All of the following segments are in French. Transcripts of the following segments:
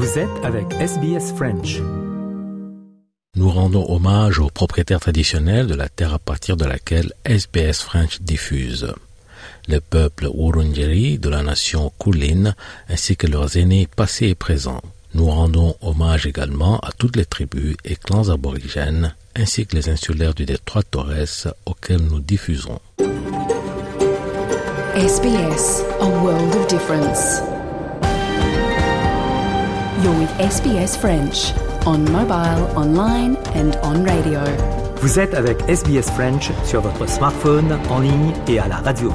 Vous êtes avec SBS French. Nous rendons hommage aux propriétaires traditionnels de la terre à partir de laquelle SBS French diffuse. Le peuple Wurundjeri de la nation Kulin ainsi que leurs aînés passés et présents. Nous rendons hommage également à toutes les tribus et clans aborigènes ainsi que les insulaires du détroit Torres auxquels nous diffusons. SBS, a world of difference. You're with SBS French, on mobile, online and on radio. Vous êtes avec SBS French sur votre smartphone, en ligne et à la radio.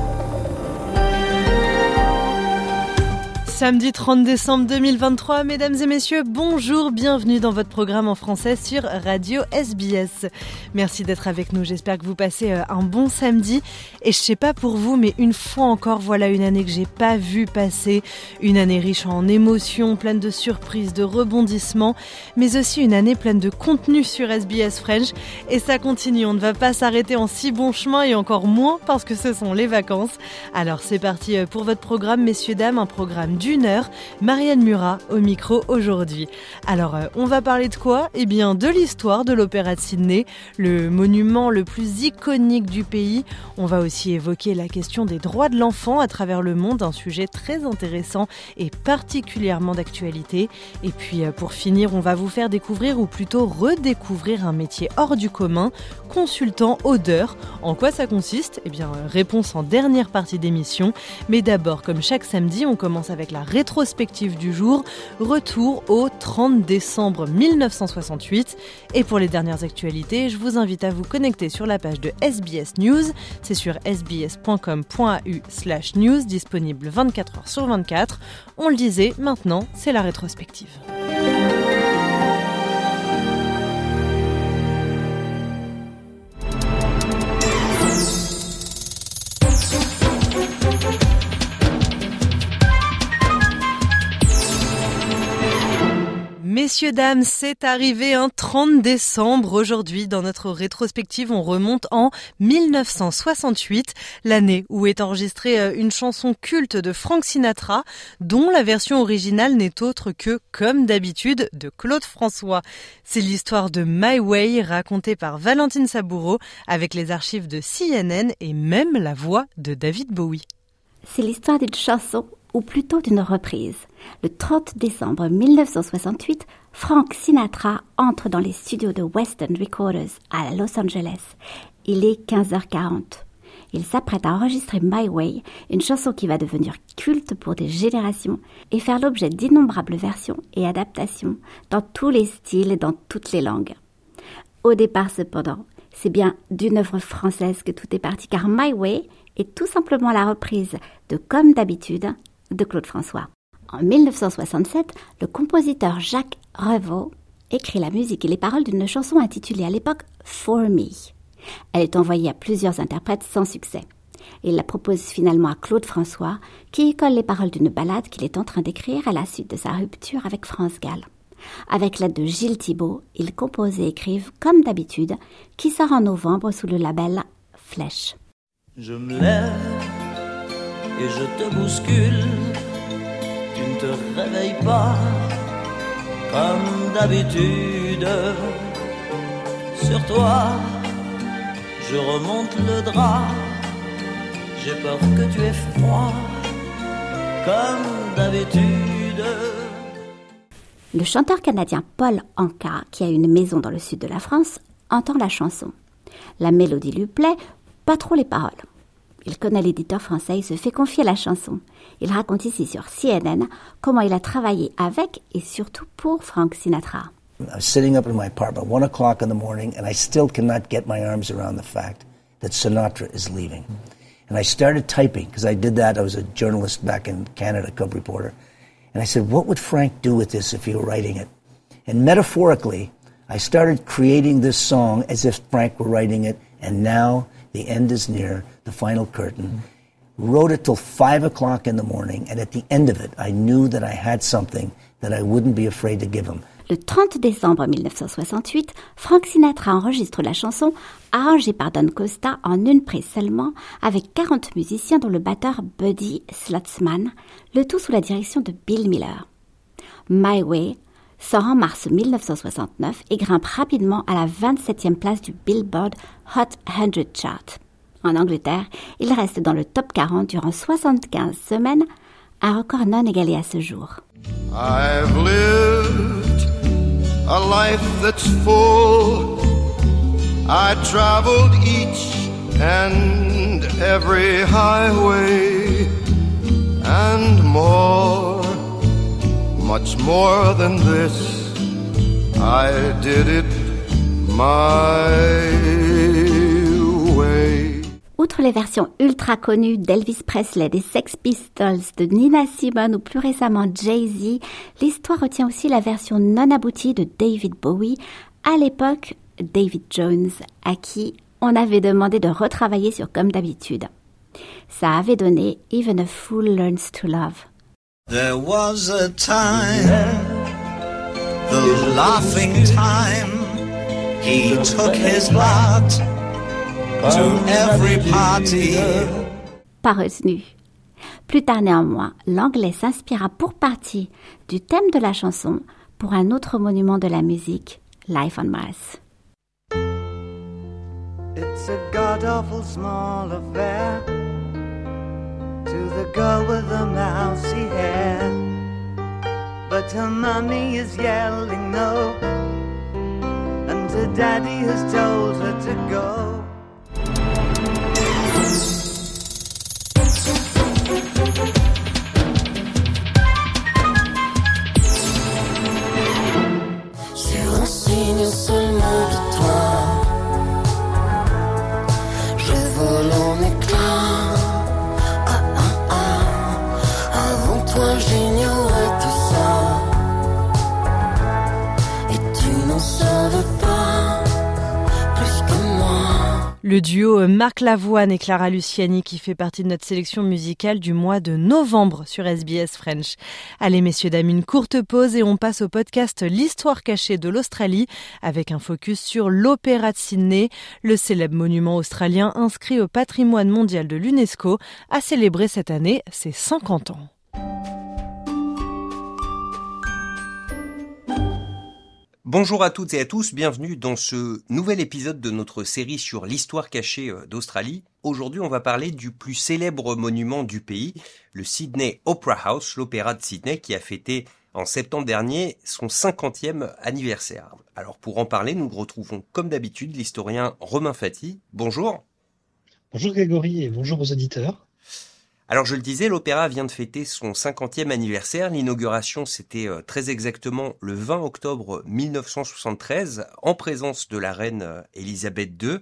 Samedi 30 décembre 2023, mesdames et messieurs, bonjour, bienvenue dans votre programme en français sur Radio SBS. Merci d'être avec nous, j'espère que vous passez un bon samedi. Et je sais pas pour vous, mais une fois encore, voilà une année que j'ai pas vu passer. Une année riche en émotions, pleine de surprises, de rebondissements, mais aussi une année pleine de contenu sur SBS French. Et ça continue, on ne va pas s'arrêter en si bon chemin et encore moins parce que ce sont les vacances. Alors c'est parti pour votre programme, messieurs, dames, un programme d'une heure. Marianne Murat au micro aujourd'hui. Alors, on va parler de quoi ? Eh bien, de l'histoire de l'Opéra de Sydney, le monument le plus iconique du pays. On va aussi évoquer la question des droits de l'enfant à travers le monde, un sujet très intéressant et particulièrement d'actualité. Et puis, pour finir, on va vous faire découvrir ou plutôt redécouvrir un métier hors du commun, consultant odeur. En quoi ça consiste ? Eh bien, réponse en dernière partie d'émission. Mais d'abord, comme chaque samedi, on commence avec la rétrospective du jour, retour au 30 décembre 1968. Et pour les dernières actualités, je vous invite à vous connecter sur la page de SBS News. C'est sur sbs.com.au/news, disponible 24 heures sur 24. On le disait, maintenant, c'est la rétrospective. Messieurs, dames, c'est arrivé un 30 décembre. Aujourd'hui, dans notre rétrospective, on remonte en 1968, l'année où est enregistrée une chanson culte de Frank Sinatra, dont la version originale n'est autre que, comme d'habitude, de Claude François. C'est l'histoire de My Way, racontée par Valentine Saboureau, avec les archives de CNN et même la voix de David Bowie. C'est l'histoire d'une chanson, ou plutôt d'une reprise. Le 30 décembre 1968, Frank Sinatra entre dans les studios de Western Recorders à Los Angeles. Il est 15h40. Il s'apprête à enregistrer My Way, une chanson qui va devenir culte pour des générations et faire l'objet d'innombrables versions et adaptations dans tous les styles et dans toutes les langues. Au départ cependant, c'est bien d'une œuvre française que tout est parti, car My Way est tout simplement la reprise de Comme d'habitude de Claude François. En 1967, le compositeur Jacques Revaux écrit la musique et les paroles d'une chanson intitulée à l'époque For Me. Elle est envoyée à plusieurs interprètes sans succès. Il la propose finalement à Claude François, qui y colle les paroles d'une ballade qu'il est en train d'écrire à la suite de sa rupture avec France Gall. Avec l'aide de Gilles Thibault, ils composent et écrivent Comme d'habitude, qui sort en novembre sous le label Flèche. Je me lève et je te bouscule, tu ne te réveilles pas comme d'habitude. Sur toi, je remonte le drap, j'ai peur que tu aies froid comme d'habitude. Le chanteur canadien Paul Anka, qui a une maison dans le sud de la France, entend la chanson. La mélodie lui plaît, pas trop les paroles. Il connaît l'éditeur français et se fait confier la chanson. Il raconte ici sur CNN comment il a travaillé avec et surtout pour Frank Sinatra. I was sitting up in my apartment, 1 o'clock in the morning, and I still cannot get my arms around the fact that Sinatra is leaving. And I started typing, because I did that. I was a journalist back in Canada, cub reporter. And I said, what would Frank do with this if he were writing it? And metaphorically, I started creating this song as if Frank were writing it, and now the end is near, the final curtain. Wrote it till 5 o'clock in the morning, and at the end of it, I knew that I had something that I wouldn't be afraid to give him. Le 30 décembre 1968, Frank Sinatra enregistre la chanson arrangée par Don Costa en une prise seulement, avec 40 musiciens dont le batteur Buddy Slutzman, le tout sous la direction de Bill Miller. My Way, sort en mars 1969 et grimpe rapidement à la 27e place du Billboard Hot 100 chart. En Angleterre, il reste dans le top 40 durant 75 semaines, un record non égalé à ce jour. I've lived a life that's full. I traveled each and every highway and more, much more than this. I did it my way. Outre les versions ultra connues d'Elvis Presley, des Sex Pistols, de Nina Simone ou plus récemment Jay-Z, l'histoire retient aussi la version non aboutie de David Bowie, à l'époque David Jones, à qui on avait demandé de retravailler sur Comme d'habitude. Ça avait donné Even a Fool Learns to Love. There was a time, the laughing time, he took his lot to every party. Pas retenu. Plus tard néanmoins, l'anglais s'inspira pour partie du thème de la chanson pour un autre monument de la musique, Life on Mars. It's a god-awful small affair to the girl with the mousy hair, but her mummy is yelling no, and her daddy has told her to go. Sur un signe seulement de toi, je vole en éclats. Avant toi j'ignorais tout ça, et tu n'en savais pas plus que moi. Le duo Marc Lavoine et Clara Luciani qui fait partie de notre sélection musicale du mois de novembre sur SBS French. Allez messieurs dames, une courte pause et on passe au podcast L'histoire cachée de l'Australie avec un focus sur l'Opéra de Sydney, le célèbre monument australien inscrit au patrimoine mondial de l'UNESCO a célébré cette année ses 50 ans. Bonjour à toutes et à tous, bienvenue dans ce nouvel épisode de notre série sur l'histoire cachée d'Australie. Aujourd'hui, on va parler du plus célèbre monument du pays, le Sydney Opera House, l'Opéra de Sydney, qui a fêté en septembre dernier son 50e anniversaire. Alors pour en parler, nous retrouvons comme d'habitude l'historien Romain Fati. Bonjour. Bonjour Grégory et bonjour aux auditeurs. Alors je le disais, l'opéra vient de fêter son 50e anniversaire. L'inauguration, c'était très exactement le 20 octobre 1973, en présence de la reine Elisabeth II.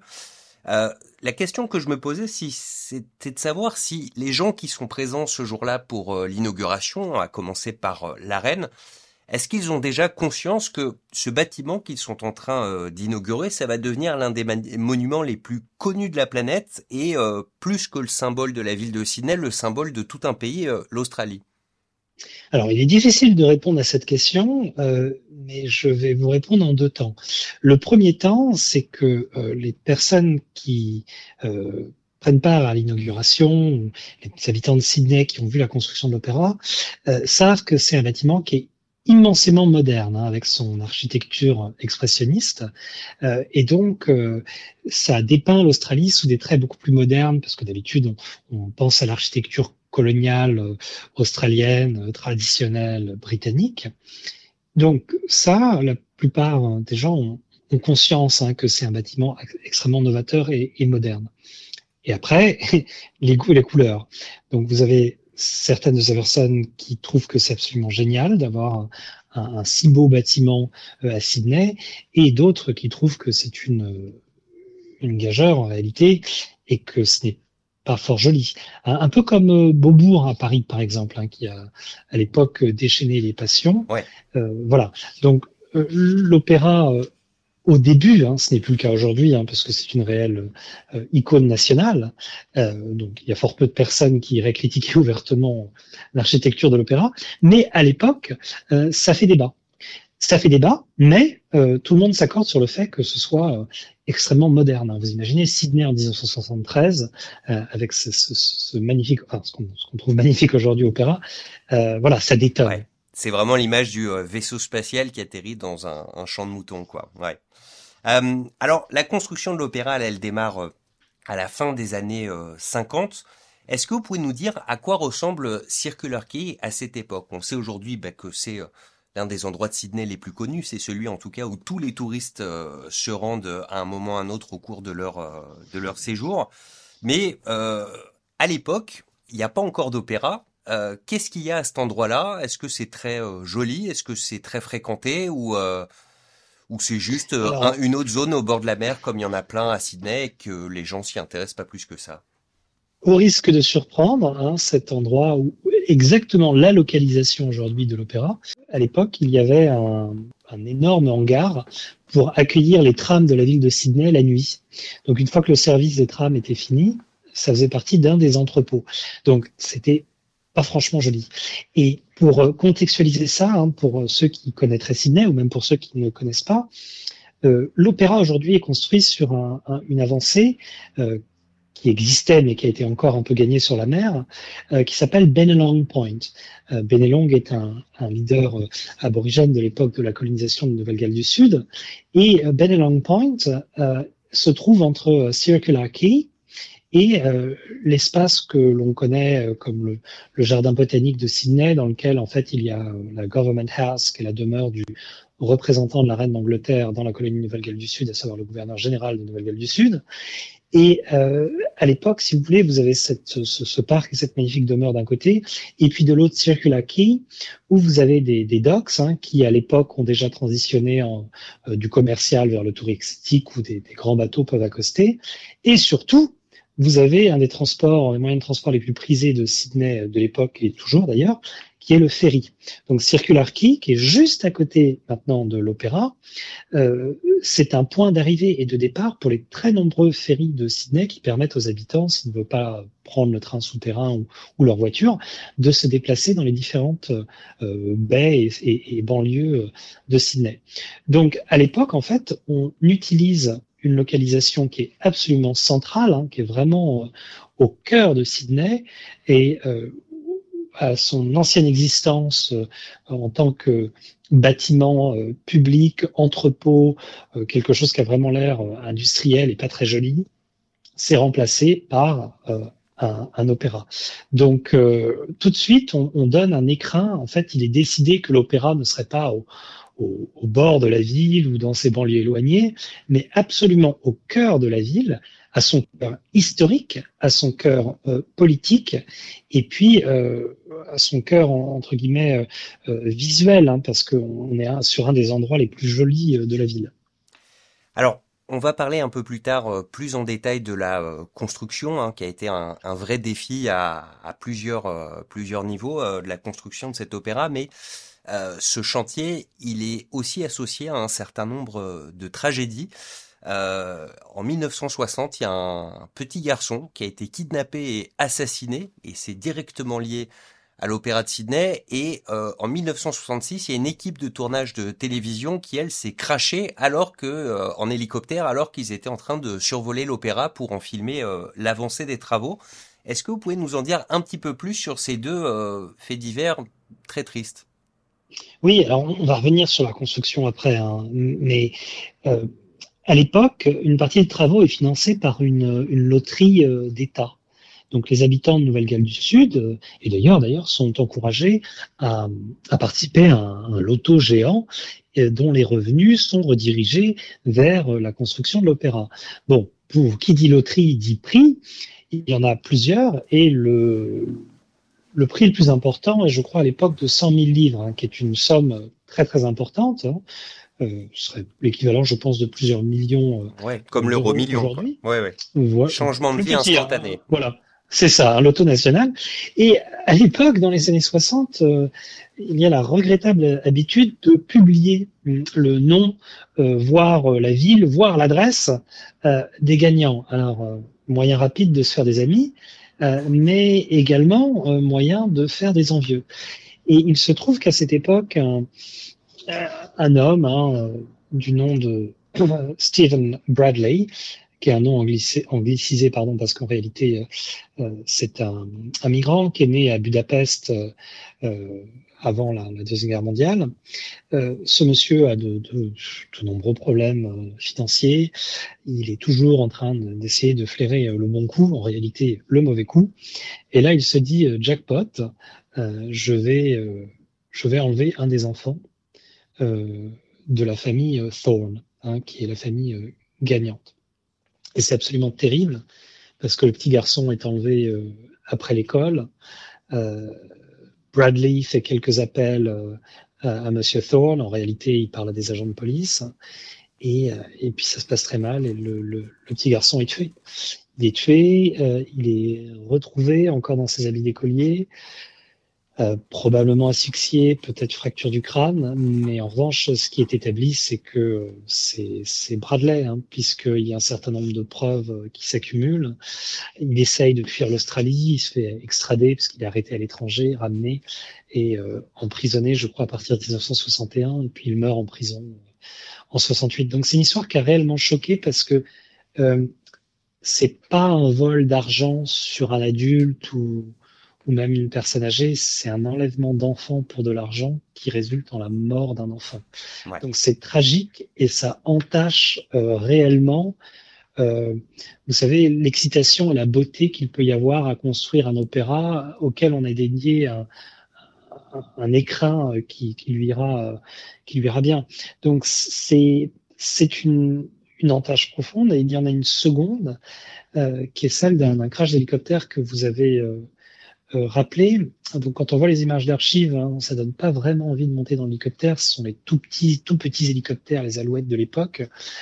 La question que je me posais, c'était de savoir si les gens qui sont présents ce jour-là pour l'inauguration, à commencer par la reine, est-ce qu'ils ont déjà conscience que ce bâtiment qu'ils sont en train d'inaugurer, ça va devenir l'un des monuments les plus connus de la planète et plus que le symbole de la ville de Sydney, le symbole de tout un pays, l'Australie? Alors, il est difficile de répondre à cette question, mais je vais vous répondre en deux temps. Le premier temps, c'est que les personnes qui prennent part à l'inauguration, les habitants de Sydney qui ont vu la construction de l'opéra, savent que c'est un bâtiment qui est immensément moderne, avec son architecture expressionniste, et donc ça dépeint l'Australie sous des traits beaucoup plus modernes, parce que d'habitude on pense à l'architecture coloniale australienne, traditionnelle, britannique. Donc ça, la plupart des gens ont conscience que c'est un bâtiment extrêmement novateur et moderne. Et après, les goûts et les couleurs. Donc vous avez certaines de ces personnes qui trouvent que c'est absolument génial d'avoir un si beau bâtiment à Sydney, et d'autres qui trouvent que c'est une gageure en réalité et que ce n'est pas fort joli. Un peu comme Beaubourg à Paris par exemple, qui a à l'époque déchaîné les passions. Ouais. Voilà. Donc l'opéra au début, ce n'est plus le cas aujourd'hui, parce que c'est une réelle icône nationale. Donc, il y a fort peu de personnes qui iraient critiquer ouvertement l'architecture de l'opéra. Mais à l'époque, ça fait débat. Ça fait débat, mais tout le monde s'accorde sur le fait que ce soit extrêmement moderne. Vous imaginez Sydney en 1973, avec ce magnifique, ce qu'on trouve magnifique aujourd'hui opéra. Voilà, ça détonne. Ouais. C'est vraiment l'image du vaisseau spatial qui atterrit dans un champ de moutons, quoi. Ouais. Alors, la construction de l'opéra, elle démarre à la fin des années 50. Est-ce que vous pouvez nous dire à quoi ressemble Circular Quay à cette époque? On sait aujourd'hui que c'est l'un des endroits de Sydney les plus connus. C'est celui, en tout cas, où tous les touristes se rendent à un moment ou à un autre au cours de leur séjour. Mais à l'époque, il n'y a pas encore d'opéra. Qu'est-ce qu'il y a à cet endroit-là? Est-ce que c'est très joli? Est-ce que c'est très fréquenté? Ou c'est juste une autre zone au bord de la mer, comme il y en a plein à Sydney, et que les gens s'y intéressent pas plus que ça? Au risque de surprendre, cet endroit où exactement la localisation aujourd'hui de l'opéra, à l'époque, il y avait un énorme hangar pour accueillir les trams de la ville de Sydney la nuit. Donc une fois que le service des trams était fini, ça faisait partie d'un des entrepôts. Donc c'était pas franchement joli. Et pour contextualiser ça, pour ceux qui connaîtraient Sydney ou même pour ceux qui ne connaissent pas, l'opéra aujourd'hui est construit sur une avancée qui existait mais qui a été encore un peu gagnée sur la mer, qui s'appelle Bennelong Point. Bennelong est un leader aborigène de l'époque de la colonisation de Nouvelle-Galles du Sud, et Bennelong Point se trouve entre Circular Quay et l'espace que l'on connaît comme le jardin botanique de Sydney, dans lequel en fait il y a la Government House, qui est la demeure du représentant de la reine d'Angleterre dans la colonie de Nouvelle-Galles du Sud, à savoir le gouverneur général de Nouvelle-Galles du Sud. Et à l'époque, si vous voulez, vous avez ce parc et cette magnifique demeure d'un côté, et puis de l'autre Circular Quay, où vous avez des docks qui, à l'époque, ont déjà transitionné du commercial vers le touristique, où des grands bateaux peuvent accoster. Et surtout, vous avez un des moyens de transport les plus prisés de Sydney de l'époque, et toujours d'ailleurs, qui est le ferry. Donc Circular Quay, qui est juste à côté maintenant de l'opéra, c'est un point d'arrivée et de départ pour les très nombreux ferries de Sydney qui permettent aux habitants, s'ils ne veulent pas prendre le train souterrain ou leur voiture, de se déplacer dans les différentes baies et banlieues de Sydney. Donc à l'époque, en fait, on utilise une localisation qui est absolument centrale, qui est vraiment au cœur de Sydney, et à son ancienne existence en tant que bâtiment public, entrepôt, quelque chose qui a vraiment l'air industriel et pas très joli, c'est remplacé par un opéra. Donc tout de suite, on donne un écrin. En fait, il est décidé que l'opéra ne serait pas au bord de la ville ou dans ses banlieues éloignées, mais absolument au cœur de la ville, à son cœur historique, à son cœur politique, et puis à son cœur entre guillemets visuel, parce qu'on est sur un des endroits les plus jolis de la ville. Alors, on va parler un peu plus tard, plus en détail de la construction, qui a été un vrai défi à plusieurs niveaux de la construction de cet opéra, mais ce chantier, il est aussi associé à un certain nombre de tragédies. En 1960, il y a un petit garçon qui a été kidnappé et assassiné, et c'est directement lié à l'Opéra de Sydney. Et en 1966, il y a une équipe de tournage de télévision qui, elle, s'est crashée en hélicoptère, alors qu'ils étaient en train de survoler l'opéra pour en filmer l'avancée des travaux. Est-ce que vous pouvez nous en dire un petit peu plus sur ces deux faits divers très tristes? Oui, alors on va revenir sur la construction après, mais à l'époque, une partie des travaux est financée par une loterie d'État. Donc les habitants de Nouvelle-Galles du Sud, et d'ailleurs, sont encouragés à participer à un loto géant dont les revenus sont redirigés vers la construction de l'opéra. Bon, pour qui dit loterie dit prix, il y en a plusieurs, et le prix le plus important est, je crois, à l'époque de 100 000 livres, qui est une somme très très importante. Ce serait l'équivalent, je pense, de plusieurs millions. Comme l'euro million aujourd'hui. Ouais. Changement de vie instantané. Voilà, c'est ça, un loto national. Et à l'époque, dans les années 60, il y a la regrettable habitude de publier le nom, voire la ville, voire l'adresse des gagnants. Alors, moyen rapide de se faire des amis, mais également moyen de faire des envieux. Et il se trouve qu'à cette époque, un homme du nom de Stephen Bradley, qui est un nom anglicisé, parce qu'en réalité c'est un migrant qui est né à Budapest avant la Deuxième Guerre mondiale. Ce monsieur a de nombreux problèmes financiers. Il est toujours en train d'essayer de flairer le bon coup, en réalité le mauvais coup. Et là, il se dit jackpot, je vais enlever un des enfants de la famille Thorne, qui est la famille gagnante. Et c'est absolument terrible parce que le petit garçon est enlevé après l'école. Bradley fait quelques appels à Monsieur Thorne. En réalité, il parle à des agents de police. Et puis ça se passe très mal et le petit garçon est tué. Il est tué, il est retrouvé encore dans ses habits d'écolier, probablement asphyxié, peut-être fracture du crâne, mais en revanche, ce qui est établi, c'est que c'est Bradley, puisqu'il y a un certain nombre de preuves qui s'accumulent. Il essaye de fuir l'Australie, il se fait extrader parce qu'il est arrêté à l'étranger, ramené et emprisonné, je crois, à partir de 1961, et puis il meurt en prison en 68. Donc c'est une histoire qui a réellement choqué parce que c'est pas un vol d'argent sur un adulte ou même une personne âgée, c'est un enlèvement d'enfant pour de l'argent qui résulte en la mort d'un enfant. Ouais. Donc c'est tragique et ça entache réellement, vous savez, l'excitation et la beauté qu'il peut y avoir à construire un opéra auquel on a dédié un écrin qui lui ira bien. Donc c'est une entache profonde et il y en a une seconde qui est celle d'un crash d'hélicoptère que vous avez rappelé. Donc quand on voit les images d'archives, ça donne pas vraiment envie de monter dans l'hélicoptère. Ce sont les tout petits hélicoptères, les Alouettes de l'époque.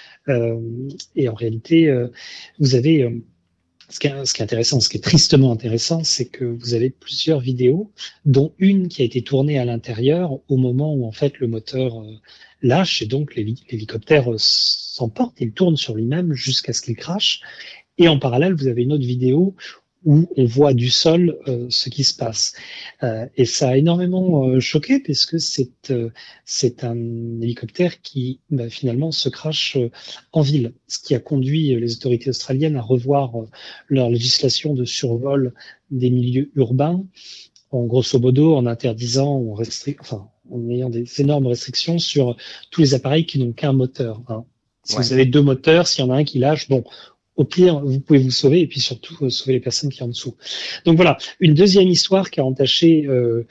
Et en réalité, vous avez ce qui est intéressant, ce qui est tristement intéressant, c'est que vous avez plusieurs vidéos, dont une qui a été tournée à l'intérieur au moment où en fait le moteur lâche et donc l'hélicoptère s'emporte, il tourne sur lui-même jusqu'à ce qu'il crache. Et en parallèle, vous avez une autre vidéo où on voit du sol ce qui se passe. Et ça a énormément choqué puisque c'est un hélicoptère qui finalement se crache en ville, ce qui a conduit les autorités australiennes à revoir leur législation de survol des milieux urbains, en grosso modo en interdisant ou en ayant des énormes restrictions sur tous les appareils qui n'ont qu'un moteur. Si vous avez deux moteurs, s'il y en a un qui lâche, au pire, vous pouvez vous sauver et puis surtout sauver les personnes qui sont en dessous. Donc voilà, une deuxième histoire qui a entaché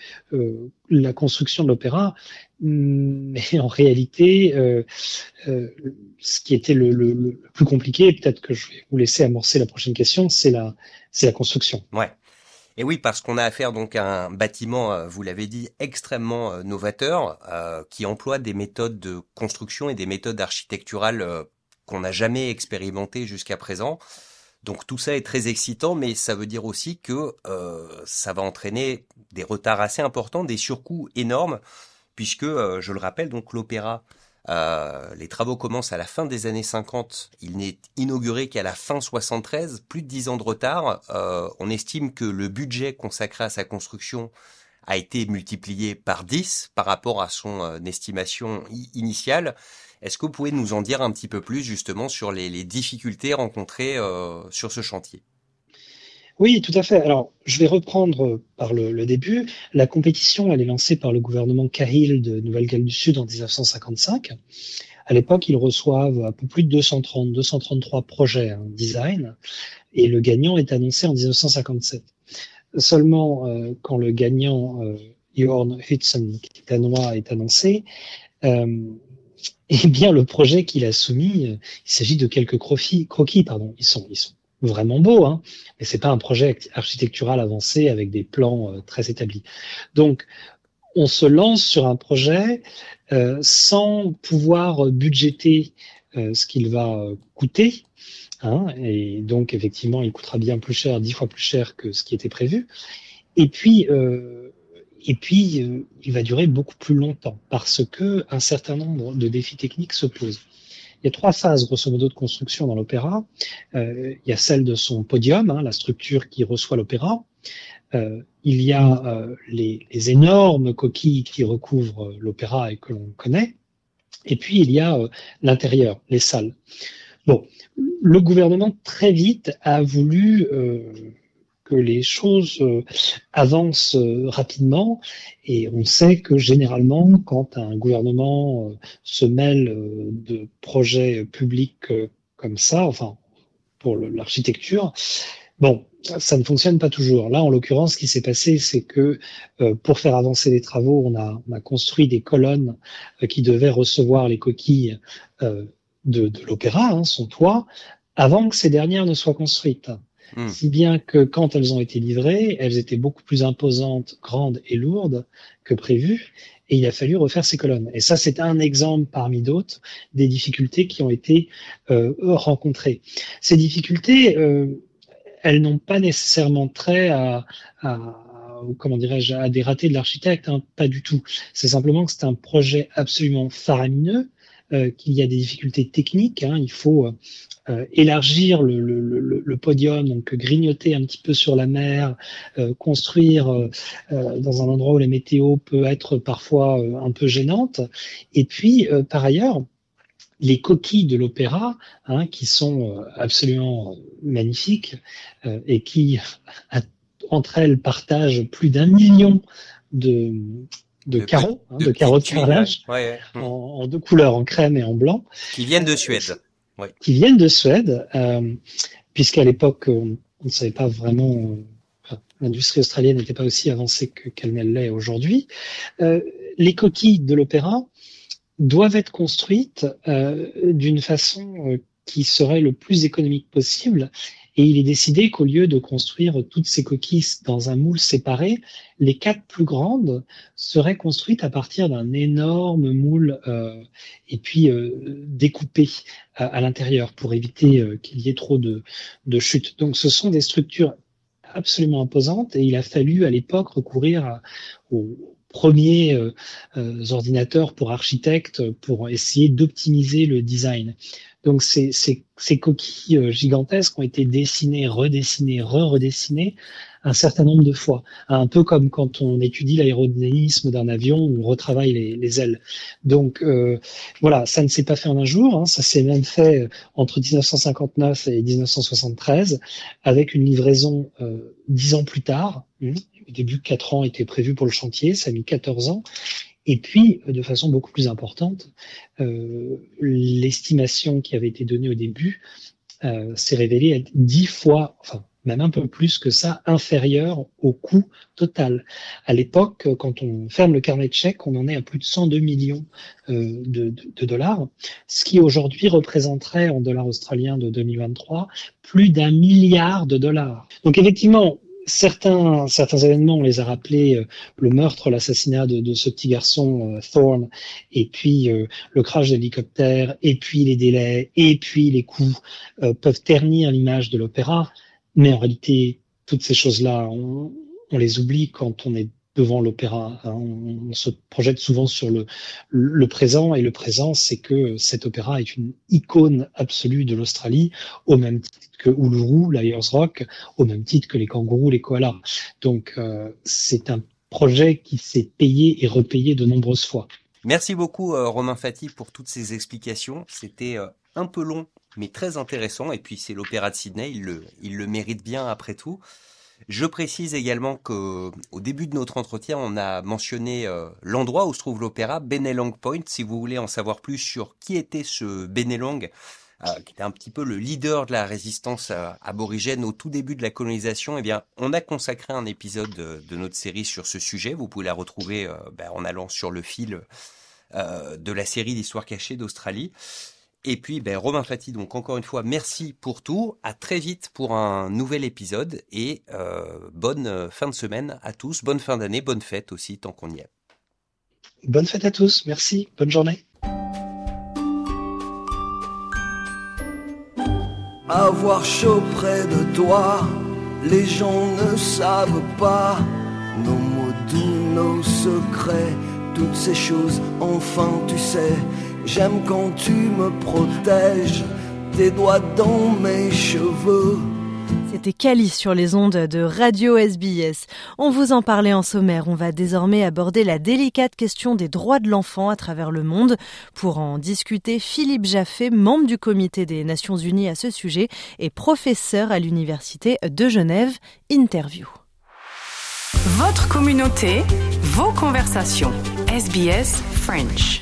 la construction de l'opéra, mais en réalité, ce qui était le plus compliqué, et peut-être que je vais vous laisser amorcer la prochaine question, c'est la construction. Ouais. Et oui, parce qu'on a affaire donc à un bâtiment, vous l'avez dit, extrêmement novateur, qui emploie des méthodes de construction et des méthodes architecturales qu'on n'a jamais expérimenté jusqu'à présent. Donc tout ça est très excitant, mais ça veut dire aussi que ça va entraîner des retards assez importants, des surcoûts énormes, puisque, je le rappelle, donc l'opéra, les travaux commencent à la fin des années 50, il n'est inauguré qu'à la fin 73, plus de 10 ans de retard. On estime que le budget consacré à sa construction a été multiplié par 10 par rapport à son estimation initiale. Est-ce que vous pouvez nous en dire un petit peu plus justement sur les difficultés rencontrées sur ce chantier ? Oui, tout à fait. Alors, je vais reprendre par le début. La compétition, elle est lancée par le gouvernement Cahill de Nouvelle-Galles du Sud en 1955. À l'époque, ils reçoivent un peu plus de 233 projets design, et le gagnant est annoncé en 1957. Seulement, quand le gagnant, Jorn Hudson, qui est danois, est annoncé, eh bien, le projet qu'il a soumis, il s'agit de quelques croquis, Ils sont vraiment beaux, mais c'est pas un projet architectural avancé avec des plans très établis. Donc, on se lance sur un projet sans pouvoir budgéter ce qu'il va coûter, et donc effectivement, il coûtera bien plus cher, 10 fois plus cher que ce qui était prévu. Et puis, il va durer beaucoup plus longtemps parce que un certain nombre de défis techniques se posent. Il y a 3 phases, grosso modo, de construction dans l'opéra. Il y a celle de son podium, la structure qui reçoit l'opéra. Il y a les énormes coquilles qui recouvrent l'opéra et que l'on connaît. Et puis, il y a l'intérieur, les salles. Bon, le gouvernement, très vite, a voulu que les choses avancent rapidement, et on sait que généralement, quand un gouvernement se mêle de projets publics comme ça, enfin pour l'architecture, bon, ça ne fonctionne pas toujours. Là, en l'occurrence, ce qui s'est passé, c'est que pour faire avancer les travaux, on a construit des colonnes qui devaient recevoir les coquilles de l'opéra, son toit, avant que ces dernières ne soient construites. Si bien que quand elles ont été livrées, elles étaient beaucoup plus imposantes, grandes et lourdes que prévu, et il a fallu refaire ces colonnes. Et ça, c'est un exemple parmi d'autres des difficultés qui ont été rencontrées. Ces difficultés, elles n'ont pas nécessairement trait à des ratés de l'architecte, pas du tout. C'est simplement que c'est un projet absolument faramineux, qu'il y a des difficultés techniques. Il faut élargir le podium, donc grignoter un petit peu sur la mer, construire dans un endroit où la météo peut être parfois un peu gênante. Et puis, par ailleurs, les coquilles de l'opéra, qui sont absolument magnifiques et qui, entre elles, partagent plus d'1 million de carreaux, de carreaux de carrelage, en 2 couleurs, en crème et en blanc. Qui viennent de Suède. Qui viennent de Suède, puisqu'à l'époque, on ne savait pas vraiment, l'industrie australienne n'était pas aussi avancée qu'elle ne l'est aujourd'hui. Les coquilles de l'opéra doivent être construites d'une façon qui serait le plus économique possible. Et il est décidé qu'au lieu de construire toutes ces coquilles dans un moule séparé, les 4 plus grandes seraient construites à partir d'un énorme moule et puis découpées à l'intérieur pour éviter qu'il y ait trop de chutes. Donc ce sont des structures absolument imposantes, et il a fallu à l'époque recourir aux premiers ordinateurs pour architectes pour essayer d'optimiser le design. Donc ces coquilles gigantesques ont été dessinées, redessinées, redessinées un certain nombre de fois. Un peu comme quand on étudie l'aérodynamisme d'un avion, on retravaille les ailes. Donc voilà, ça ne s'est pas fait en un jour, ça s'est même fait entre 1959 et 1973, avec une livraison 10 ans plus tard. Au début, 4 ans étaient prévus pour le chantier, ça a mis 14 ans. Et puis, de façon beaucoup plus importante, l'estimation qui avait été donnée au début s'est révélée être 10 fois, enfin même un peu plus que ça, inférieure au coût total. À l'époque, quand on ferme le carnet de chèques, on en est à plus de 102 millions de dollars, ce qui aujourd'hui représenterait en dollars australiens de 2023 plus d'1 milliard de dollars. Donc effectivement, certains événements, on les a rappelés, le meurtre, l'assassinat de ce petit garçon Thorne, et puis le crash d'hélicoptère, et puis les délais, et puis les coûts peuvent ternir l'image de l'opéra. Mais en réalité, toutes ces choses-là, on les oublie quand on est devant l'opéra. On se projette souvent sur le présent, et le présent, c'est que cet opéra est une icône absolue de l'Australie, au même titre que Uluru, Lions Rock, au même titre que les kangourous, les koalas. Donc, c'est un projet qui s'est payé et repayé de nombreuses fois. Merci beaucoup, Romain Fati, pour toutes ces explications. C'était un peu long, mais très intéressant. Et puis, c'est l'Opéra de Sydney, il le mérite bien après tout. Je précise également qu'au début de notre entretien, on a mentionné l'endroit où se trouve l'opéra, Bennelong Point. Si vous voulez en savoir plus sur qui était ce Bennelong, qui était un petit peu le leader de la résistance aborigène au tout début de la colonisation, eh bien, on a consacré un épisode de notre série sur ce sujet. Vous pouvez la retrouver en allant sur le fil de la série d'Histoire cachée d'Australie. Et puis, Romain Fati, donc encore une fois, merci pour tout. À très vite pour un nouvel épisode, et bonne fin de semaine à tous. Bonne fin d'année, bonne fête aussi, tant qu'on y est. Bonne fête à tous, merci, bonne journée. Avoir chaud près de toi, les gens ne savent pas nos mots doux, nos secrets, toutes ces choses, enfin tu sais. J'aime quand tu me protèges, tes doigts dans mes cheveux. C'était Cali sur les ondes de Radio SBS. On vous en parlait en sommaire. On va désormais aborder la délicate question des droits de l'enfant à travers le monde. Pour en discuter, Philippe Jaffé, membre du comité des Nations Unies à ce sujet et professeur à l'Université de Genève. Interview. Votre communauté, vos conversations. SBS French.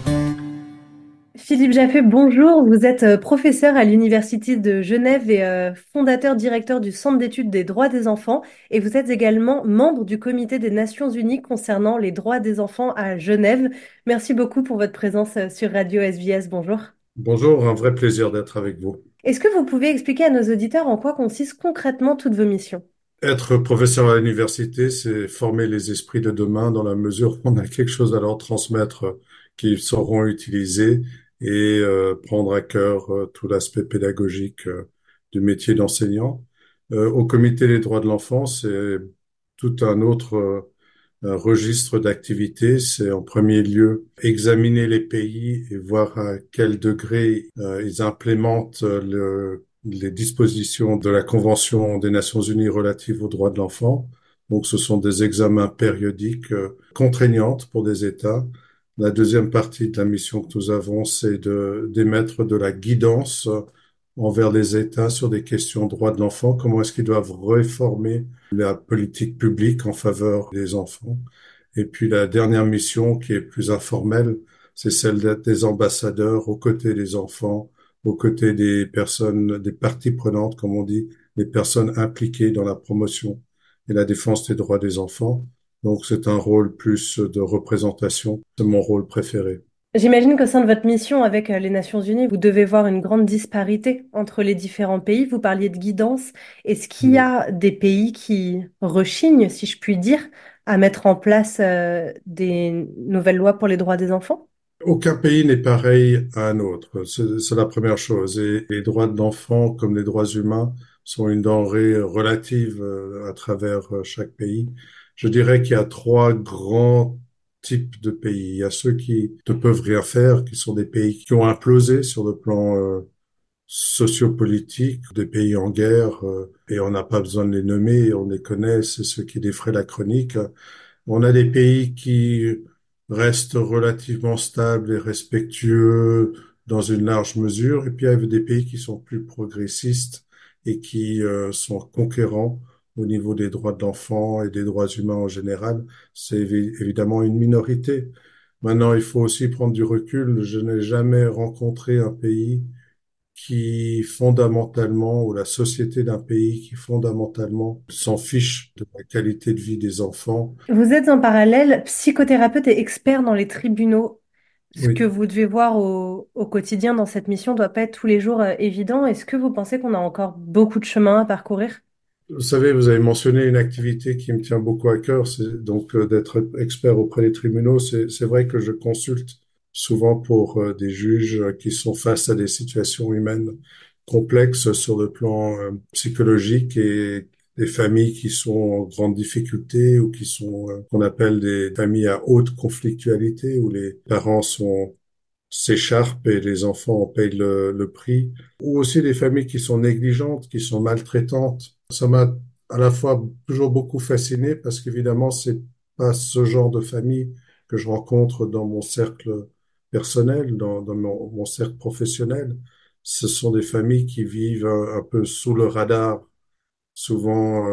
Philippe Jaffé, bonjour. Vous êtes professeur à l'Université de Genève et fondateur directeur du Centre d'études des droits des enfants. Et vous êtes également membre du comité des Nations Unies concernant les droits des enfants à Genève. Merci beaucoup pour votre présence sur Radio SBS. Bonjour. Bonjour, un vrai plaisir d'être avec vous. Est-ce que vous pouvez expliquer à nos auditeurs en quoi consistent concrètement toutes vos missions? Être professeur à l'université, c'est former les esprits de demain dans la mesure où on a quelque chose à leur transmettre qu'ils sauront utiliser et prendre à cœur tout l'aspect pédagogique du métier d'enseignant. Au comité des droits de l'enfant, c'est tout un autre un registre d'activités. C'est en premier lieu examiner les pays et voir à quel degré ils implémentent les dispositions de la Convention des Nations Unies relative aux droits de l'enfant. Donc ce sont des examens périodiques contraignantes pour des États. La deuxième partie de la mission que nous avons, c'est d'émettre de la guidance envers les États sur des questions droits de l'enfant. Comment est-ce qu'ils doivent réformer la politique publique en faveur des enfants? Et puis la dernière mission, qui est plus informelle, c'est celle d'être des ambassadeurs aux côtés des enfants, aux côtés des personnes, des parties prenantes, comme on dit, des personnes impliquées dans la promotion et la défense des droits des enfants. Donc c'est un rôle plus de représentation. C'est mon rôle préféré. J'imagine qu'au sein de votre mission avec les Nations Unies, vous devez voir une grande disparité entre les différents pays. Vous parliez de guidance. Est-ce qu'il y a des pays qui rechignent, si je puis dire, à mettre en place des nouvelles lois pour les droits des enfants? Aucun pays n'est pareil à un autre. C'est la première chose. Et les droits de l'enfant, comme les droits humains, sont une denrée relative à travers chaque pays. Je dirais qu'il y a trois grands types de pays. Il y a ceux qui ne peuvent rien faire, qui sont des pays qui ont implosé sur le plan sociopolitique, des pays en guerre, et on n'a pas besoin de les nommer, on les connaît, c'est ceux qui défraient la chronique. On a des pays qui restent relativement stables et respectueux dans une large mesure, et puis il y a des pays qui sont plus progressistes et qui sont conquérants au niveau des droits de l'enfant et des droits humains en général. C'est évidemment une minorité. Maintenant, il faut aussi prendre du recul. Je n'ai jamais rencontré un pays qui fondamentalement, ou la société d'un pays qui fondamentalement s'en fiche de la qualité de vie des enfants. Vous êtes en parallèle psychothérapeute et expert dans les tribunaux. Ce Oui. que vous devez voir au quotidien dans cette mission doit pas être tous les jours évident. Est-ce que vous pensez qu'on a encore beaucoup de chemin à parcourir? Vous savez, vous avez mentionné une activité qui me tient beaucoup à cœur, c'est donc d'être expert auprès des tribunaux. C'est vrai que je consulte souvent pour des juges qui sont face à des situations humaines complexes sur le plan psychologique et des familles qui sont en grande difficulté ou qui sont qu'on appelle des familles à haute conflictualité où les parents s'écharpent et les enfants en payent le prix, ou aussi des familles qui sont négligentes, qui sont maltraitantes. Ça m'a à la fois toujours beaucoup fasciné parce qu'évidemment, c'est pas ce genre de famille que je rencontre dans mon cercle personnel, dans mon cercle professionnel. Ce sont des familles qui vivent un peu sous le radar, souvent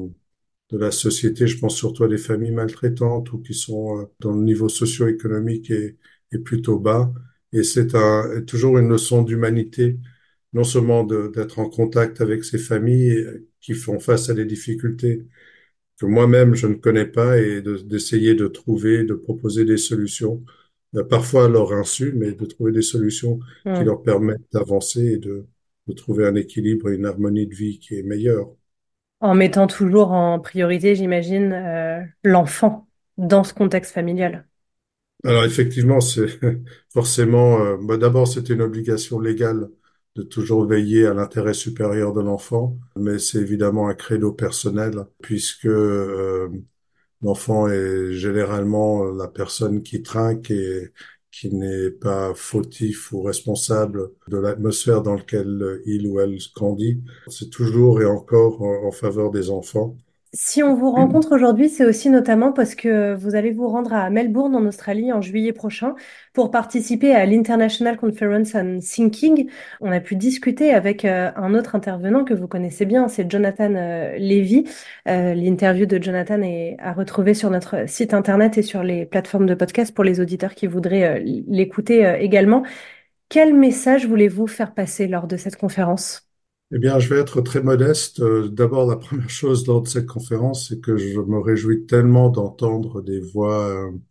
de la société. Je pense surtout à des familles maltraitantes ou qui sont dont le niveau socio-économique est plutôt bas. Et c'est toujours une leçon d'humanité, non seulement d'être en contact avec ces familles qui font face à des difficultés que moi-même je ne connais pas et d'essayer de trouver, de proposer des solutions, parfois à leur insu, mais de trouver des solutions qui leur permettent d'avancer et de trouver un équilibre et une harmonie de vie qui est meilleure. En mettant toujours en priorité, j'imagine, l'enfant dans ce contexte familial. Alors effectivement, c'est forcément, d'abord c'était une obligation légale de toujours veiller à l'intérêt supérieur de l'enfant, mais c'est évidemment un credo personnel puisque l'enfant est généralement la personne qui trinque et qui n'est pas fautif ou responsable de l'atmosphère dans laquelle il ou elle grandit. C'est toujours et encore en faveur des enfants. Si on vous rencontre aujourd'hui, c'est aussi notamment parce que vous allez vous rendre à Melbourne, en Australie, en juillet prochain, pour participer à l'International Conference on Thinking. On a pu discuter avec un autre intervenant que vous connaissez bien, c'est Jonathan Levy. L'interview de Jonathan est à retrouver sur notre site internet et sur les plateformes de podcast pour les auditeurs qui voudraient l'écouter également. Quel message voulez-vous faire passer lors de cette conférence? Eh bien, je vais être très modeste. D'abord, la première chose lors de cette conférence, c'est que je me réjouis tellement d'entendre des voix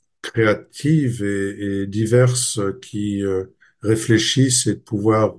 créatives et diverses qui réfléchissent et de pouvoir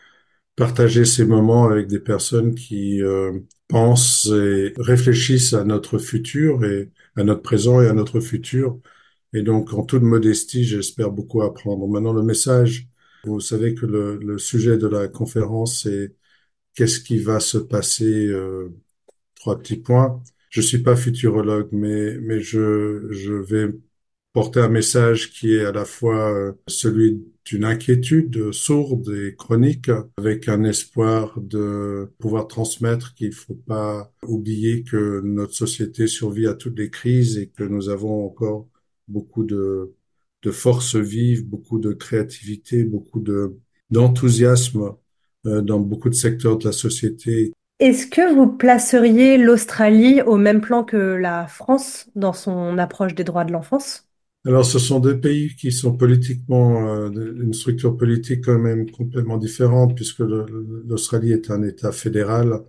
partager ces moments avec des personnes qui pensent et réfléchissent à notre futur et à notre présent et à notre futur. Et donc, en toute modestie, j'espère beaucoup apprendre. Maintenant, le message, vous savez que le sujet de la conférence est qu'est-ce qui va se passer, 3 petits points. Je suis pas futurologue, mais je vais porter un message qui est à la fois celui d'une inquiétude sourde et chronique, avec un espoir de pouvoir transmettre qu'il faut pas oublier que notre société survit à toutes les crises et que nous avons encore beaucoup de forces vives, beaucoup de créativité, beaucoup d'enthousiasme dans beaucoup de secteurs de la société. Est-ce que vous placeriez l'Australie au même plan que la France dans son approche des droits de l'enfance? Alors, ce sont deux pays qui sont politiquement, une structure politique quand même complètement différente, puisque l'Australie est un État fédéral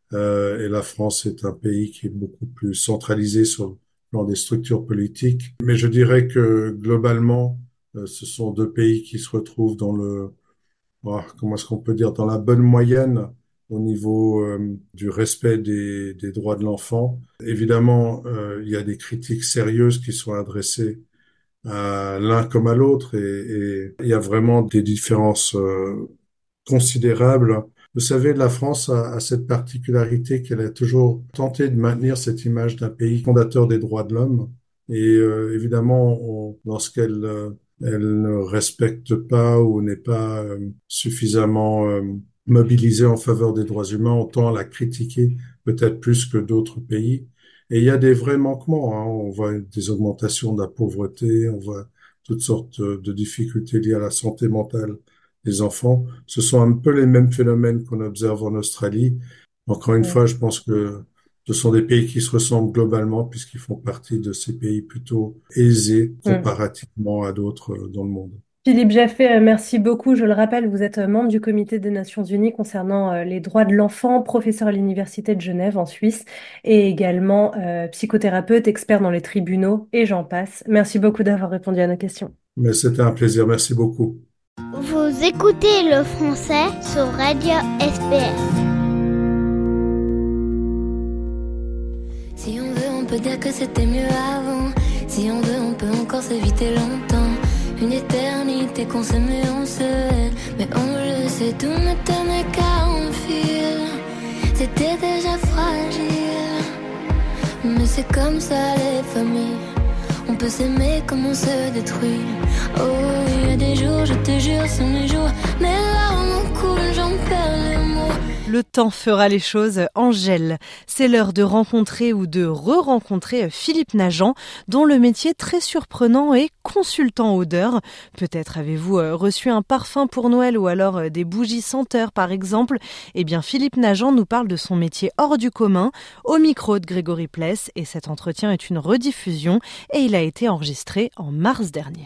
et la France est un pays qui est beaucoup plus centralisé sur le plan des structures politiques. Mais je dirais que globalement, ce sont deux pays qui se retrouvent dans comment est-ce qu'on peut dire, dans la bonne moyenne au niveau du respect des droits de l'enfant. Évidemment, il y a des critiques sérieuses qui sont adressées à l'un comme à l'autre et il y a vraiment des différences considérables. Vous savez, la France a cette particularité qu'elle a toujours tenté de maintenir cette image d'un pays fondateur des droits de l'homme. Et évidemment, lorsqu'elle elle ne respecte pas ou n'est pas suffisamment mobilisée en faveur des droits humains, on tend à la critiquer peut-être plus que d'autres pays. Et il y a des vrais manquements, hein. On voit des augmentations de la pauvreté, on voit toutes sortes de difficultés liées à la santé mentale des enfants. Ce sont un peu les mêmes phénomènes qu'on observe en Australie. Encore une fois, je pense que ce sont des pays qui se ressemblent globalement puisqu'ils font partie de ces pays plutôt aisés comparativement à d'autres dans le monde. Philippe Jaffé, merci beaucoup. Je le rappelle, vous êtes membre du Comité des Nations Unies concernant les droits de l'enfant, professeur à l'Université de Genève en Suisse et également psychothérapeute, expert dans les tribunaux et j'en passe. Merci beaucoup d'avoir répondu à nos questions. Mais c'était un plaisir, merci beaucoup. Vous écoutez le français sur Radio SBS. Si on veut, on peut dire que c'était mieux avant. Si on veut, on peut encore s'éviter longtemps. Une éternité qu'on s'aimait, on se hait. Mais on le sait, tout ne tenait qu'à un fil. C'était déjà fragile. Mais c'est comme ça les familles. On peut s'aimer comme on se détruit. Oh, il y a des jours, je te jure, sont mes jours. Mes larmes coulent, j'en perds les mots. Le temps fera les choses. Angèle, c'est l'heure de rencontrer ou de re-rencontrer Philippe Nagent, dont le métier très surprenant est consultant odeur. Peut-être avez-vous reçu un parfum pour Noël ou alors des bougies senteurs par exemple. Eh bien, Philippe Nagent nous parle de son métier hors du commun au micro de Grégory Pless et cet entretien est une rediffusion et il a été enregistré en mars dernier.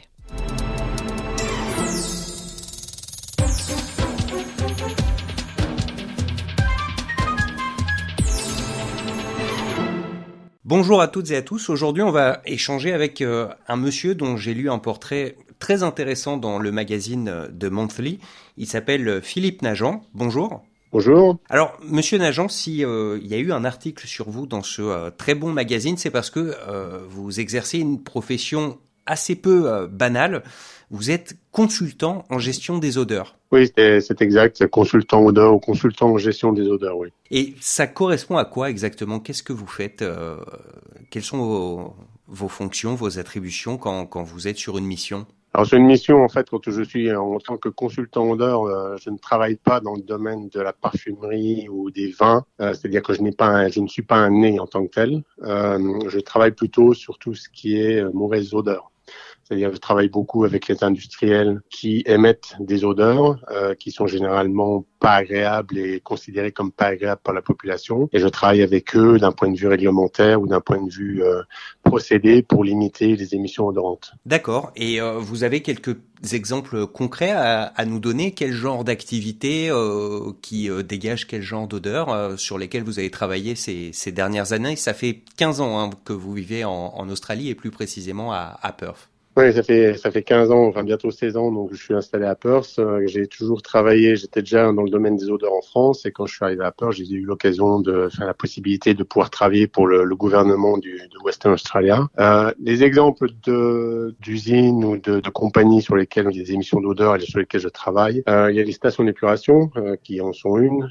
Bonjour à toutes et à tous. Aujourd'hui, on va échanger avec un monsieur dont j'ai lu un portrait très intéressant dans le magazine The Monthly. Il s'appelle Philippe Nagent. Bonjour. Bonjour. Alors, monsieur Nagent, si il y a eu un article sur vous dans ce très bon magazine, c'est parce que vous exercez une profession assez peu banale. Vous êtes consultant en gestion des odeurs. Oui, c'est exact. C'est consultant odeur ou consultant en gestion des odeurs, oui. Et ça correspond à quoi exactement? Qu'est-ce que vous faites? Quelles sont vos fonctions, vos attributions quand vous êtes sur une mission? Alors c'est une mission en fait quand je suis en tant que consultant odeur, je ne travaille pas dans le domaine de la parfumerie ou des vins, c'est-à-dire que je ne suis pas un nez en tant que tel. Je travaille plutôt sur tout ce qui est mauvaise odeur. C'est-à-dire que je travaille beaucoup avec les industriels qui émettent des odeurs qui sont généralement pas agréables et considérées comme pas agréables par la population. Et je travaille avec eux d'un point de vue réglementaire ou d'un point de vue procédé pour limiter les émissions odorantes. D'accord. Et vous avez quelques exemples concrets à nous donner? Quel genre d'activité qui dégage quel genre d'odeur sur lesquelles vous avez travaillé ces dernières années? Ça fait 15 ans que vous vivez en Australie et plus précisément à Perth. Oui, ça fait 15 ans, enfin bientôt 16 ans, donc je suis installé à Perth. J'ai toujours travaillé, j'étais déjà dans le domaine des odeurs en France, et quand je suis arrivé à Perth, j'ai eu l'occasion de faire la possibilité de pouvoir travailler pour le gouvernement de Western Australia. Les exemples d'usines ou de compagnies sur lesquelles il y a des émissions d'odeur et sur lesquelles je travaille, il y a les stations d'épuration qui en sont une,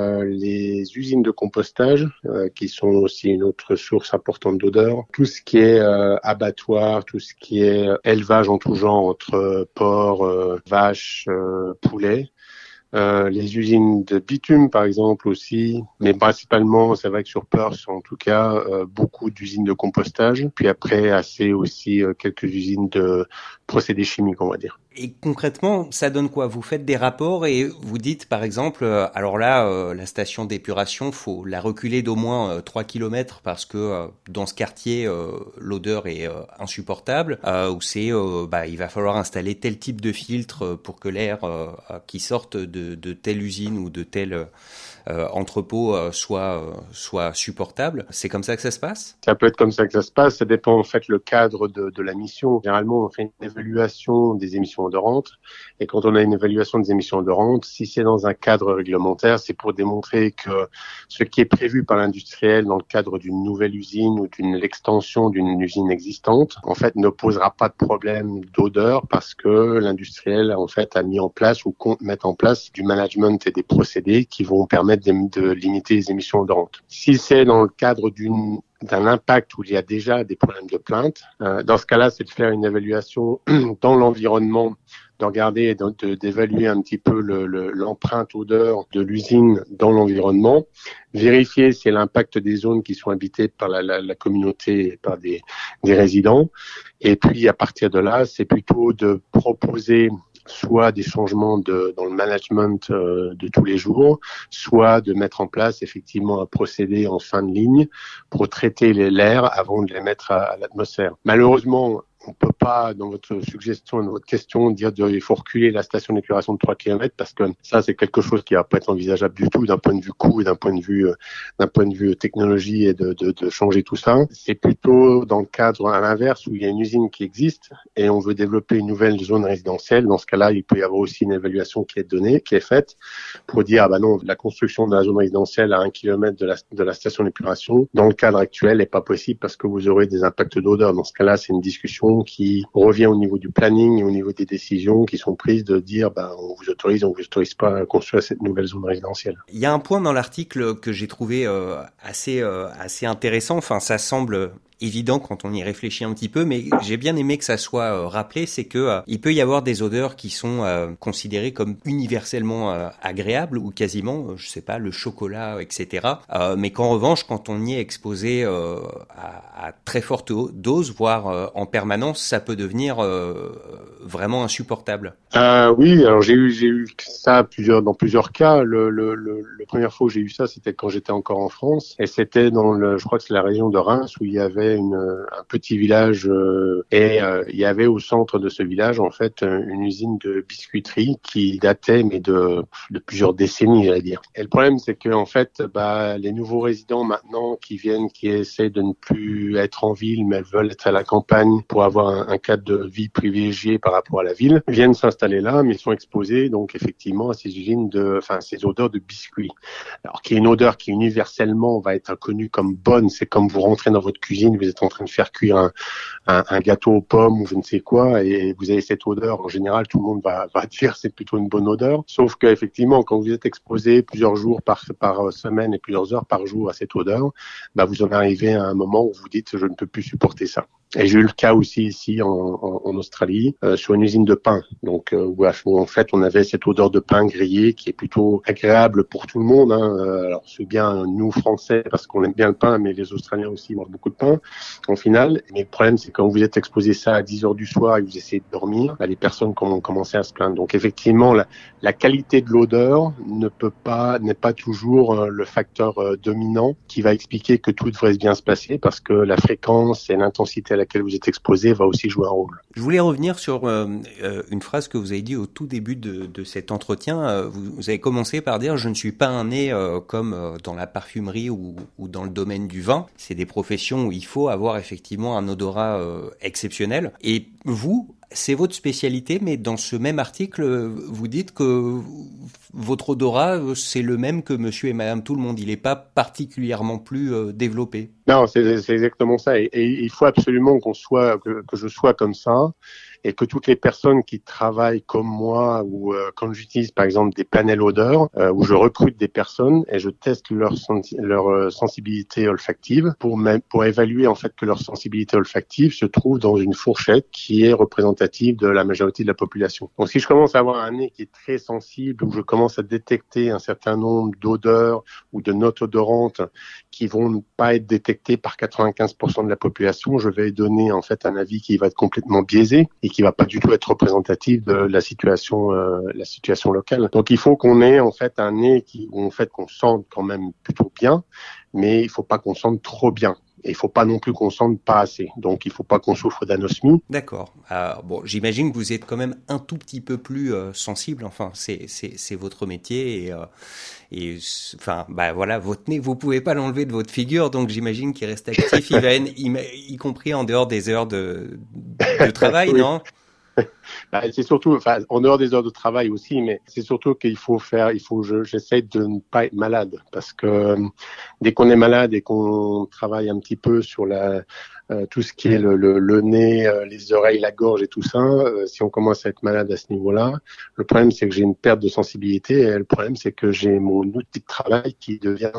les usines de compostage qui sont aussi une autre source importante d'odeur, tout ce qui est abattoir, tout ce qui est élevage en tout genre entre porcs, vaches, poulets. Les usines de bitume par exemple aussi, mais principalement c'est vrai que sur Perth en tout cas beaucoup d'usines de compostage, puis après aussi quelques usines de procédés chimiques on va dire. Et concrètement, ça donne quoi? Vous faites des rapports et vous dites par exemple, alors là la station d'épuration, faut la reculer d'au moins 3 km parce que dans ce quartier l'odeur est insupportable, ou c'est il va falloir installer tel type de filtre pour que l'air qui sorte de telle usine ou de tel entrepôt soit supportable. C'est comme ça que ça se passe? Ça peut être comme ça que ça se passe. Ça dépend en fait le cadre de la mission. Généralement, on fait une évaluation des émissions odorantes. Et quand on a une évaluation des émissions odorantes, si c'est dans un cadre réglementaire, c'est pour démontrer que ce qui est prévu par l'industriel dans le cadre d'une nouvelle usine ou d'une l'extension d'une usine existante, en fait, ne posera pas de problème d'odeur parce que l'industriel en fait a mis en place ou compte mettre en place du management et des procédés qui vont permettre de limiter les émissions odorantes. Si c'est dans le cadre d'un impact où il y a déjà des problèmes de plainte, dans ce cas-là, c'est de faire une évaluation dans l'environnement, de regarder et d'évaluer un petit peu l'empreinte odeur de l'usine dans l'environnement, vérifier si l'impact des zones qui sont habitées par la communauté et par des résidents, et puis à partir de là, c'est plutôt de proposer soit des changements dans le management de tous les jours, soit de mettre en place effectivement un procédé en fin de ligne pour traiter l'air avant de les mettre à l'atmosphère. Malheureusement, on peut pas, dans votre suggestion, dans votre question, dire il faut reculer la station d'épuration de 3 km parce que ça, c'est quelque chose qui va pas être envisageable du tout d'un point de vue coût et d'un point de vue technologie et de changer tout ça. C'est plutôt dans le cadre à l'inverse où il y a une usine qui existe et on veut développer une nouvelle zone résidentielle. Dans ce cas-là, il peut y avoir aussi une évaluation qui est faite pour dire, non, la construction de la zone résidentielle à 1 km de la station d'épuration, dans le cadre actuel, n'est pas possible parce que vous aurez des impacts d'odeur. Dans ce cas-là, c'est une discussion qui revient au niveau du planning et au niveau des décisions qui sont prises de dire on vous autorise pas à construire cette nouvelle zone résidentielle. Il y a un point dans l'article que j'ai trouvé assez intéressant, enfin ça semble évident quand on y réfléchit un petit peu, mais j'ai bien aimé que ça soit rappelé, c'est que il peut y avoir des odeurs qui sont considérées comme universellement agréables ou quasiment, je sais pas, le chocolat, etc. Mais qu'en revanche, quand on y est exposé à très forte dose, voire en permanence, ça peut devenir vraiment insupportable. Oui, alors j'ai eu ça dans plusieurs cas. Le première fois que j'ai eu ça, c'était quand j'étais encore en France, et c'était je crois que c'est la région de Reims où il y avait un petit village et il y avait au centre de ce village en fait une usine de biscuiterie qui datait mais de plusieurs décennies, j'allais dire. Et le problème c'est que en fait les nouveaux résidents maintenant qui essaient de ne plus être en ville mais veulent être à la campagne pour avoir un cadre de vie privilégié par rapport à la ville, viennent s'installer là mais sont exposés donc effectivement à ces usines ces odeurs de biscuits. Alors qui est une odeur qui universellement va être connue comme bonne, c'est comme vous rentrez dans votre cuisine, vous êtes en train de faire cuire un gâteau aux pommes ou je ne sais quoi et vous avez cette odeur, en général tout le monde va dire c'est plutôt une bonne odeur, sauf que effectivement quand vous êtes exposé plusieurs jours par semaine et plusieurs heures par jour à cette odeur, vous en arrivez à un moment où vous dites je ne peux plus supporter ça. Et j'ai eu le cas aussi ici en Australie, sur une usine de pain. Donc où en fait on avait cette odeur de pain grillé qui est plutôt agréable pour tout le monde. Alors c'est bien nous Français parce qu'on aime bien le pain, mais les Australiens aussi mangent beaucoup de pain en final. Mais le problème c'est quand vous êtes exposé ça à 10 heures du soir et vous essayez de dormir, les personnes ont commencé à se plaindre. Donc effectivement la qualité de l'odeur n'est pas toujours le facteur dominant qui va expliquer que tout devrait bien se passer, parce que la fréquence et l'intensité à laquelle vous êtes exposé va aussi jouer un rôle. Je voulais revenir sur une phrase que vous avez dit au tout début de cet entretien. Vous avez commencé par dire « je ne suis pas un nez comme dans la parfumerie ou dans le domaine du vin ». C'est des professions où il faut avoir effectivement un odorat exceptionnel. Et vous, c'est votre spécialité, mais dans ce même article, vous dites que votre odorat, c'est le même que monsieur et madame tout le monde. Il n'est pas particulièrement plus développé. Non, c'est exactement ça. Et il faut absolument que je sois comme ça. Et que toutes les personnes qui travaillent comme moi ou quand j'utilise par exemple des panels odeurs où je recrute des personnes et je teste leur sensibilité olfactive pour évaluer en fait que leur sensibilité olfactive se trouve dans une fourchette qui est représentative de la majorité de la population. Donc si je commence à avoir un nez qui est très sensible, où je commence à détecter un certain nombre d'odeurs ou de notes odorantes qui vont pas être détectées par 95% de la population, je vais donner en fait un avis qui va être complètement biaisé et qui va pas du tout être représentatif de la situation locale. Donc il faut qu'on ait en fait un nez qu'on sente quand même plutôt bien, mais il faut pas qu'on sente trop bien. Et il faut pas non plus qu'on sente pas assez. Donc il faut pas qu'on souffre d'anosmie. D'accord. Bon, j'imagine que vous êtes quand même un tout petit peu plus sensible. Enfin, c'est votre métier et enfin, voilà, votre nez, vous pouvez pas l'enlever de votre figure, donc j'imagine qu'il reste actif, y compris en dehors des heures de travail, oui. Non? C'est surtout, enfin, en dehors des heures de travail aussi, mais c'est surtout qu'il faut j'essaie de ne pas être malade, parce que dès qu'on est malade et qu'on travaille un petit peu sur tout ce qui est le nez, les oreilles, la gorge et tout ça, si on commence à être malade à ce niveau-là, le problème c'est que j'ai une perte de sensibilité et le problème c'est que j'ai mon outil de travail qui devient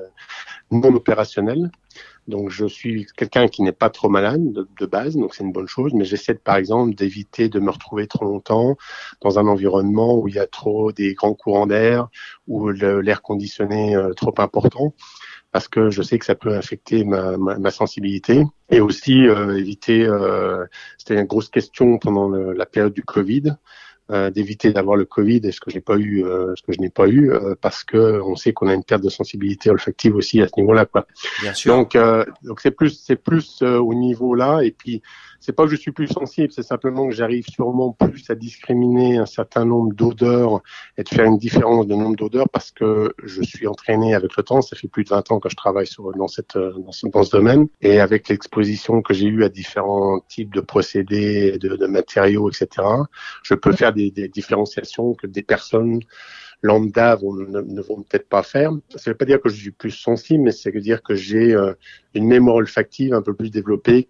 non opérationnel. Donc je suis quelqu'un qui n'est pas trop malade de base, donc c'est une bonne chose, mais j'essaie par exemple d'éviter de me retrouver trop longtemps dans un environnement où il y a trop des grands courants d'air, ou l'air conditionné trop important, parce que je sais que ça peut affecter ma sensibilité. Et aussi éviter, c'était une grosse question pendant la période du Covid, d'éviter d'avoir le Covid, ce que je n'ai pas eu, parce que on sait qu'on a une perte de sensibilité olfactive aussi à ce niveau-là, quoi. Bien sûr. Donc c'est plus au niveau là, et puis c'est pas que je suis plus sensible, c'est simplement que j'arrive sûrement plus à discriminer un certain nombre d'odeurs et de faire une différence de nombre d'odeurs, parce que je suis entraîné avec le temps. Ça fait plus de 20 ans que je travaille dans ce domaine, et avec l'exposition que j'ai eue à différents types de procédés, de matériaux, etc., je peux faire des différenciations que des personnes lambda ne vont peut-être pas faire. Ça veut pas dire que je suis plus sensible, mais ça veut dire que j'ai une mémoire olfactive un peu plus développée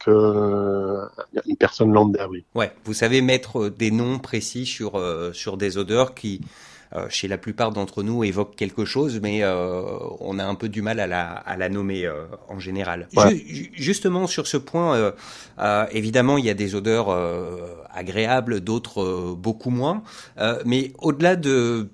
qu'une personne lambda, oui. Ouais, vous savez mettre des noms précis sur des odeurs qui, chez la plupart d'entre nous, évoquent quelque chose, mais on a un peu du mal à la nommer en général. Ouais. Justement, sur ce point, évidemment, il y a des odeurs agréables, d'autres beaucoup moins, mais au-delà du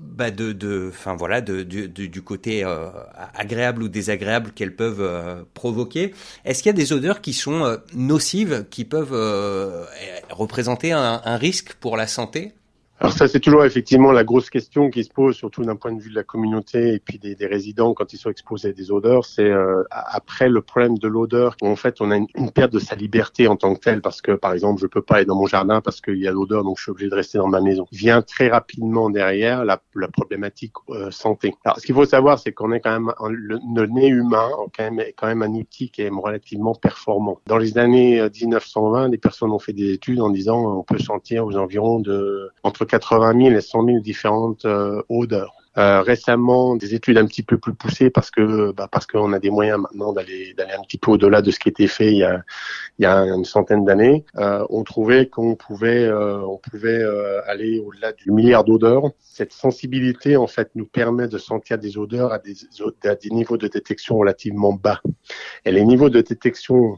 côté agréable ou désagréable qu'elles peuvent provoquer, est-ce qu'il y a des odeurs qui sont nocives, qui peuvent représenter un risque pour la santé ? Alors ça, c'est toujours effectivement la grosse question qui se pose, surtout d'un point de vue de la communauté et puis des résidents quand ils sont exposés à des odeurs. C'est après le problème de l'odeur, en fait, on a une perte de sa liberté en tant que telle, parce que par exemple, je peux pas aller dans mon jardin parce qu'il y a l'odeur, donc je suis obligé de rester dans ma maison. Vient très rapidement derrière la problématique santé. Alors ce qu'il faut savoir, c'est qu'on est quand même le nez humain est quand même un outil qui est relativement performant. Dans les années 1920, des personnes ont fait des études en disant on peut sentir aux environs entre 80 000 et 100 000 différentes odeurs. Récemment, des études un petit peu plus poussées, parce qu'on a des moyens maintenant d'aller un petit peu au-delà de ce qui était fait il y a une centaine d'années, ont trouvé qu'on pouvait aller au-delà du milliard d'odeurs. Cette sensibilité, en fait, nous permet de sentir des odeurs à des niveaux de détection relativement bas. Et les niveaux de détection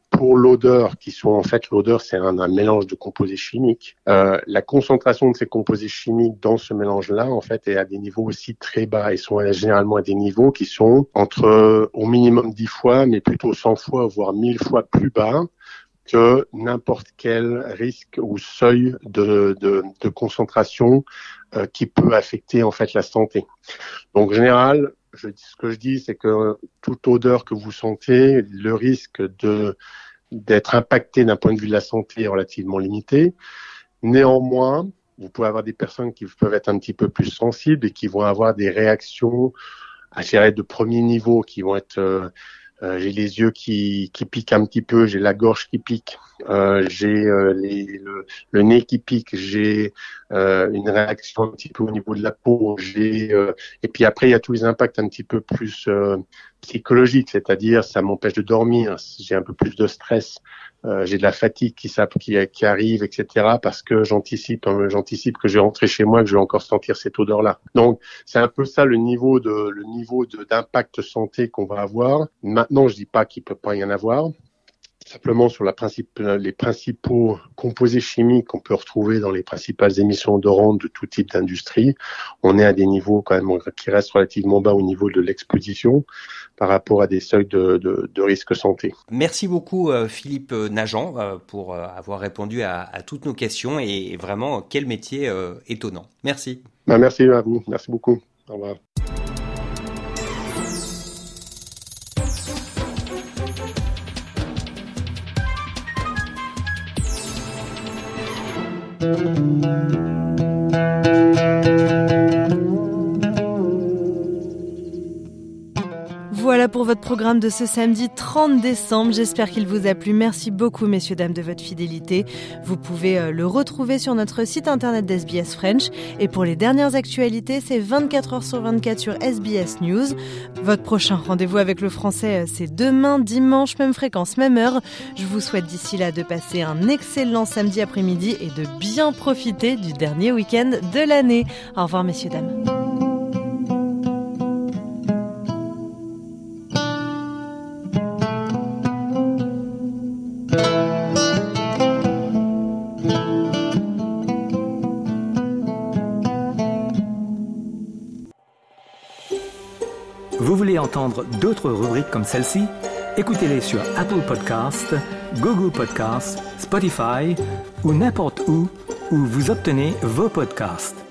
pour l'odeur, qui sont en fait, l'odeur c'est un mélange de composés chimiques. La concentration de ces composés chimiques dans ce mélange-là, en fait, est à des niveaux aussi très bas. Ils sont généralement à des niveaux qui sont entre au minimum 10 fois, mais plutôt 100 fois, voire 1000 fois plus bas que n'importe quel risque ou seuil de concentration qui peut affecter en fait la santé. Donc en général, ce que je dis, c'est que toute odeur que vous sentez, le risque d'être impacté d'un point de vue de la santé est relativement limité. Néanmoins, vous pouvez avoir des personnes qui peuvent être un petit peu plus sensibles et qui vont avoir des réactions, je dirais, de premier niveau, qui vont être j'ai les yeux qui piquent un petit peu, j'ai la gorge qui pique, j'ai le nez qui pique, j'ai une réaction un petit peu au niveau de la peau, et puis après il y a tous les impacts un petit peu plus psychologiques, c'est-à-dire ça m'empêche de dormir, j'ai un peu plus de stress, j'ai de la fatigue qui arrive, etc. parce que j'anticipe que je vais rentrer chez moi, que je vais encore sentir cette odeur-là. Donc c'est un peu ça le niveau d'impact santé qu'on va avoir. Maintenant, je dis pas qu'il peut pas y en avoir. Simplement sur les principaux composés chimiques qu'on peut retrouver dans les principales émissions odorantes de tout type d'industrie, on est à des niveaux quand même qui restent relativement bas au niveau de l'exposition par rapport à des seuils de risque santé. Merci beaucoup Philippe Nagent pour avoir répondu à toutes nos questions et vraiment quel métier étonnant. Merci. Merci à vous, merci beaucoup. Au revoir. Voilà pour votre programme de ce samedi 30 décembre. J'espère qu'il vous a plu. Merci beaucoup, messieurs, dames, de votre fidélité. Vous pouvez le retrouver sur notre site internet d'SBS French. Et pour les dernières actualités, c'est 24 heures sur 24 sur SBS News. Votre prochain rendez-vous avec le français, c'est demain, dimanche, même fréquence, même heure. Je vous souhaite d'ici là de passer un excellent samedi après-midi et de bien profiter du dernier week-end de l'année. Au revoir, messieurs, dames. Vous voulez entendre d'autres rubriques comme celle-ci? Écoutez-les sur Apple Podcasts, Google Podcasts, Spotify ou n'importe où vous obtenez vos podcasts.